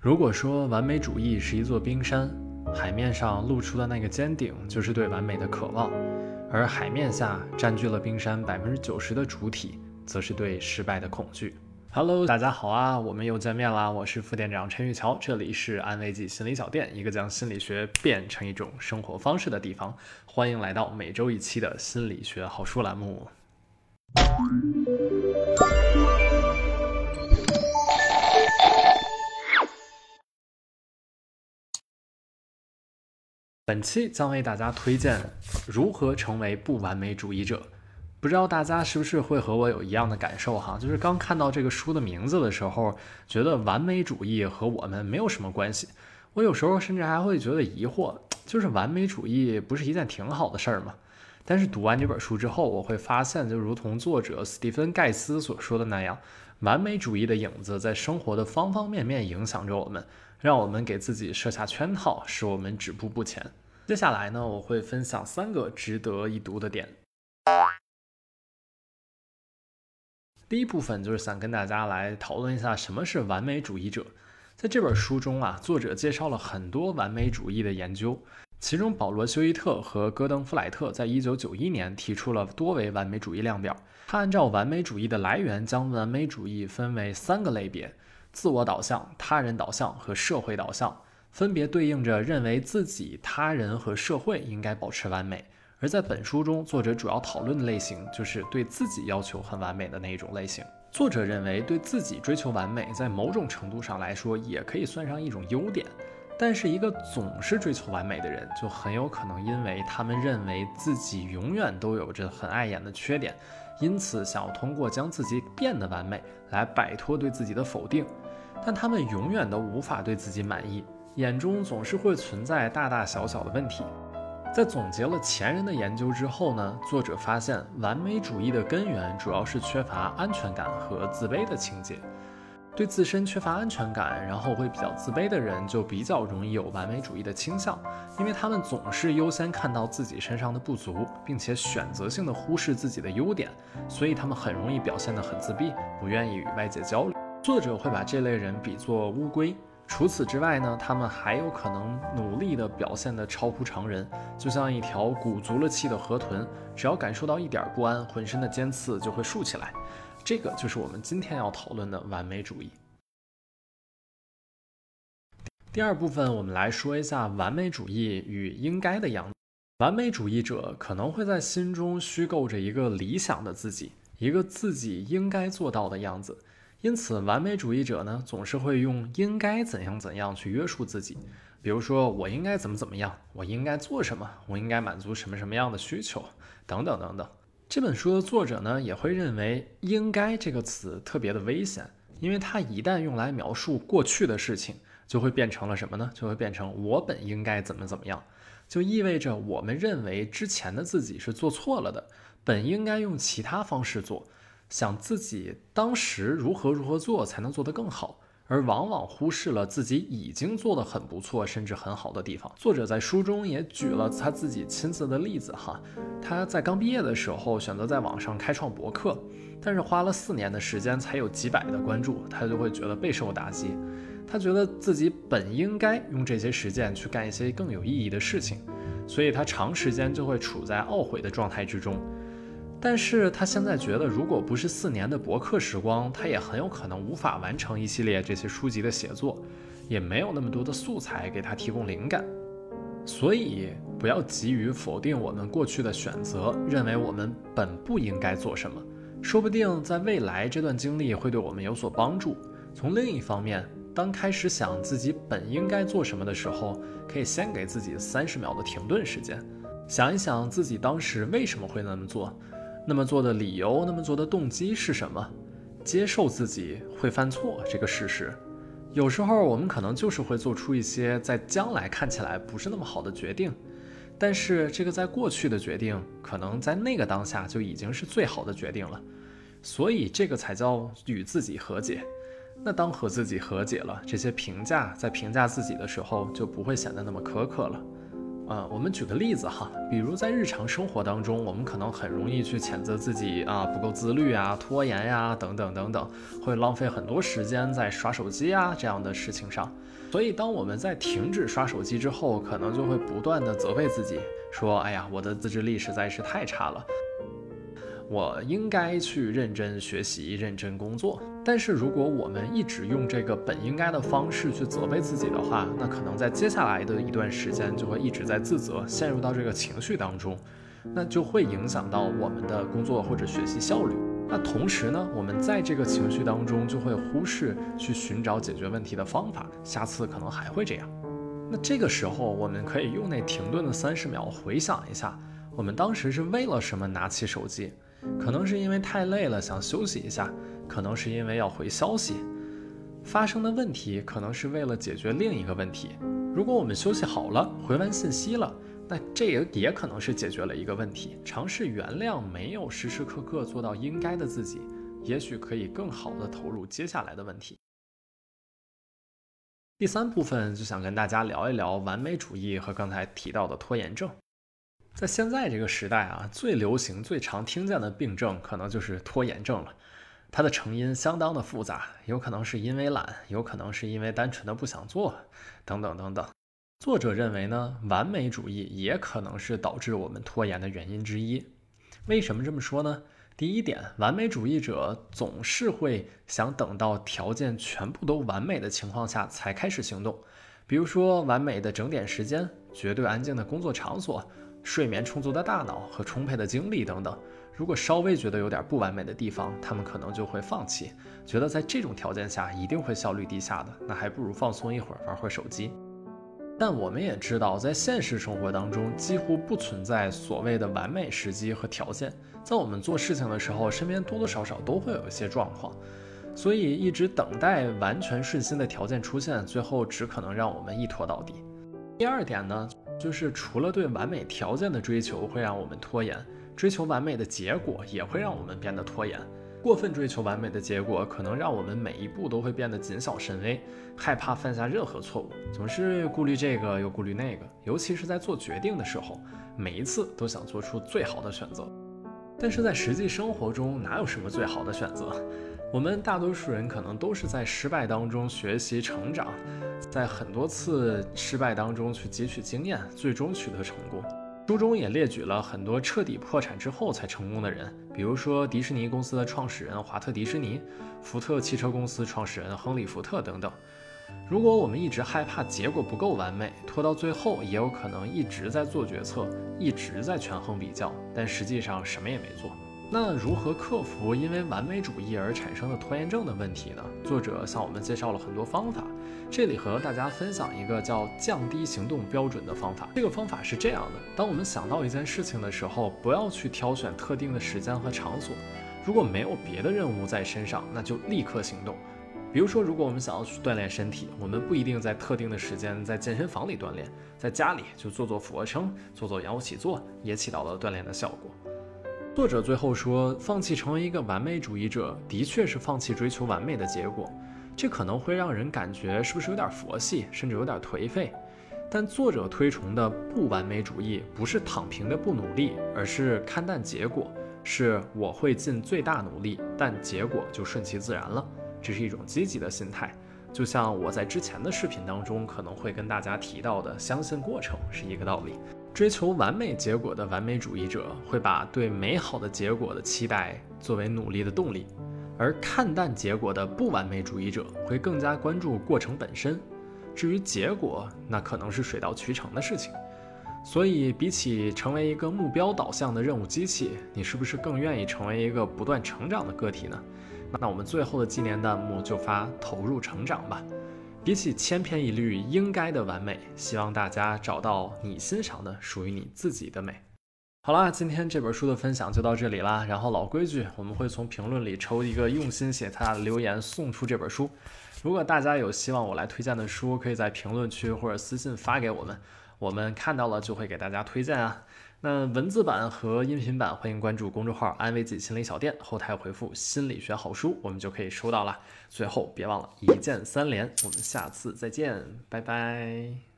如果说完美主义是一座冰山，海面上露出的那个尖顶就是对完美的渴望，而海面下占据了冰山90%的主体，则是对失败的恐惧。Hello， 大家好啊，我们又见面啦！我是副店长陈玉桥，这里是安慰剂心理小店，一个将心理学变成一种生活方式的地方。欢迎来到每周一期的心理学好书栏目。本期将为大家推荐如何成为不完美主义者。不知道大家是不是会和我有一样的感受哈？就是刚看到这个书的名字的时候，觉得完美主义和我们没有什么关系。我有时候甚至还会觉得疑惑，就是完美主义不是一件挺好的事儿吗？但是读完这本书之后，我会发现，就如同作者斯蒂芬·盖斯所说的那样，完美主义的影子在生活的方方面面影响着我们，让我们给自己设下圈套，使我们止步不前。接下来呢，我会分享3个值得一读的点。第一部分就是想跟大家来讨论一下什么是完美主义者。在这本书中啊，作者介绍了很多完美主义的研究，其中保罗·休伊特和戈登·弗莱特在1991年提出了多维完美主义量表。他按照完美主义的来源，将完美主义分为3个类别：自我导向、他人导向和社会导向，分别对应着认为自己、他人和社会应该保持完美。而在本书中，作者主要讨论的类型就是对自己要求很完美的那一种类型。作者认为，对自己追求完美，在某种程度上来说，也可以算上一种优点。但是一个总是追求完美的人，就很有可能因为他们认为自己永远都有着很碍眼的缺点，因此想要通过将自己变得完美来摆脱对自己的否定。但他们永远都无法对自己满意，眼中总是会存在大大小小的问题。在总结了前人的研究之后呢，作者发现完美主义的根源主要是缺乏安全感和自卑的情节。对自身缺乏安全感，然后会比较自卑的人，就比较容易有完美主义的倾向，因为他们总是优先看到自己身上的不足，并且选择性的忽视自己的优点，所以他们很容易表现得很自闭，不愿意与外界交流。作者会把这类人比作乌龟。除此之外呢，他们还有可能努力地表现得超乎常人，就像一条鼓足了气的河豚，只要感受到一点不安，浑身的尖刺就会竖起来。这个就是我们今天要讨论的完美主义。第二部分，我们来说一下完美主义与应该的样子。完美主义者可能会在心中虚构着一个理想的自己，一个自己应该做到的样子。因此完美主义者呢，总是会用应该怎样怎样去约束自己。比如说，我应该怎么怎么样，我应该做什么，我应该满足什么什么样的需求，等等等等。这本书的作者呢，也会认为应该这个词特别的危险，因为它一旦用来描述过去的事情，就会变成了什么呢？就会变成我本应该怎么怎么样，就意味着我们认为之前的自己是做错了的，本应该用其他方式做，想自己当时如何做才能做得更好，而往往忽视了自己已经做得很不错甚至很好的地方。作者在书中也举了他自己亲自的例子哈，他在刚毕业的时候选择在网上开创博客，但是花了4年的时间才有几百的关注，他就会觉得备受打击。他觉得自己本应该用这些时间去干一些更有意义的事情，所以他长时间就会处在懊悔的状态之中。但是他现在觉得，如果不是4年的博客时光，他也很有可能无法完成一系列这些书籍的写作，也没有那么多的素材给他提供灵感。所以不要急于否定我们过去的选择，认为我们本不应该做什么，说不定在未来这段经历会对我们有所帮助。从另一方面，当开始想自己本应该做什么的时候，可以先给自己30秒的停顿时间，想一想自己当时为什么会那么做，那么做的理由，那么做的动机是什么？接受自己会犯错这个事实。有时候我们可能就是会做出一些在将来看起来不是那么好的决定，但是这个在过去的决定，可能在那个当下就已经是最好的决定了。所以这个才叫与自己和解。那当和自己和解了，这些评价在评价自己的时候就不会显得那么苛刻了。 我们举个例子哈，比如在日常生活当中，我们可能很容易去谴责自己不够自律啊、拖延呀、等等等等，会浪费很多时间在刷手机啊这样的事情上。所以当我们在停止刷手机之后，可能就会不断的责备自己，说哎呀，我的自制力实在是太差了，我应该去认真学习、认真工作。但是如果我们一直用这个本应该的方式去责备自己的话，那可能在接下来的一段时间就会一直在自责，陷入到这个情绪当中，那就会影响到我们的工作或者学习效率。那同时呢，我们在这个情绪当中就会忽视去寻找解决问题的方法，下次可能还会这样。那这个时候我们可以用那停顿的30秒回想一下，我们当时是为了什么拿起手机？可能是因为太累了想休息一下，可能是因为要回消息，发生的问题可能是为了解决另一个问题。如果我们休息好了，回完信息了，那这也可能是解决了一个问题。尝试原谅没有时时刻刻做到应该的自己，也许可以更好的投入接下来的问题。第3部分就想跟大家聊一聊完美主义和刚才提到的拖延症。在现在这个时代最流行、最常听见的病症可能就是拖延症了。它的成因相当的复杂，有可能是因为懒，有可能是因为单纯的不想做，等等等等。作者认为呢，完美主义也可能是导致我们拖延的原因之一。为什么这么说呢？第一点，完美主义者总是会想等到条件全部都完美的情况下才开始行动，比如说完美的整点时间、绝对安静的工作场所、睡眠充足的大脑和充沛的精力等等。如果稍微觉得有点不完美的地方，他们可能就会放弃，觉得在这种条件下一定会效率低下的，那还不如放松一会儿，玩会手机。但我们也知道，在现实生活当中几乎不存在所谓的完美时机和条件，在我们做事情的时候，身边多多少少都会有一些状况，所以一直等待完全顺心的条件出现，最后只可能让我们一拖到底。第二点呢，就是除了对完美条件的追求会让我们拖延，追求完美的结果也会让我们变得拖延。过分追求完美的结果，可能让我们每一步都会变得谨小慎微，害怕犯下任何错误，总是顾虑这个又顾虑那个，尤其是在做决定的时候，每一次都想做出最好的选择。但是在实际生活中，哪有什么最好的选择？我们大多数人可能都是在失败当中学习成长，在很多次失败当中去汲取经验，最终取得成功。书中也列举了很多彻底破产之后才成功的人，比如说迪士尼公司的创始人华特迪士尼、福特汽车公司创始人亨利福特等等。如果我们一直害怕结果不够完美，拖到最后也有可能一直在做决策，一直在权衡比较，但实际上什么也没做。那如何克服因为完美主义而产生的拖延症的问题呢？作者向我们介绍了很多方法，这里和大家分享一个叫降低行动标准的方法。这个方法是这样的，当我们想到一件事情的时候，不要去挑选特定的时间和场所，如果没有别的任务在身上，那就立刻行动。比如说，如果我们想要去锻炼身体，我们不一定在特定的时间在健身房里锻炼，在家里就做做俯卧撑，做做仰卧起坐，也起到了锻炼的效果。作者最后说，放弃成为一个完美主义者，的确是放弃追求完美的结果，这可能会让人感觉是不是有点佛系，甚至有点颓废。但作者推崇的不完美主义，不是躺平的不努力，而是看淡结果，是我会尽最大努力，但结果就顺其自然了。这是一种积极的心态，就像我在之前的视频当中可能会跟大家提到的相信过程是一个道理。追求完美结果的完美主义者会把对美好的结果的期待作为努力的动力，而看淡结果的不完美主义者会更加关注过程本身，至于结果，那可能是水到渠成的事情。所以比起成为一个目标导向的任务机器，你是不是更愿意成为一个不断成长的个体呢？那我们最后的纪念弹幕就发投入成长吧。比起千篇一律应该的完美，希望大家找到你欣赏的属于你自己的美。好啦，今天这本书的分享就到这里啦。然后老规矩，我们会从评论里抽一个用心写下的留言送出这本书。如果大家有希望我来推荐的书，可以在评论区或者私信发给我们，我们看到了就会给大家推荐啊。那文字版和音频版欢迎关注公众号安慰自己心理小店，后台回复心理学好书，我们就可以收到了。最后别忘了一键3连，我们下次再见，拜拜。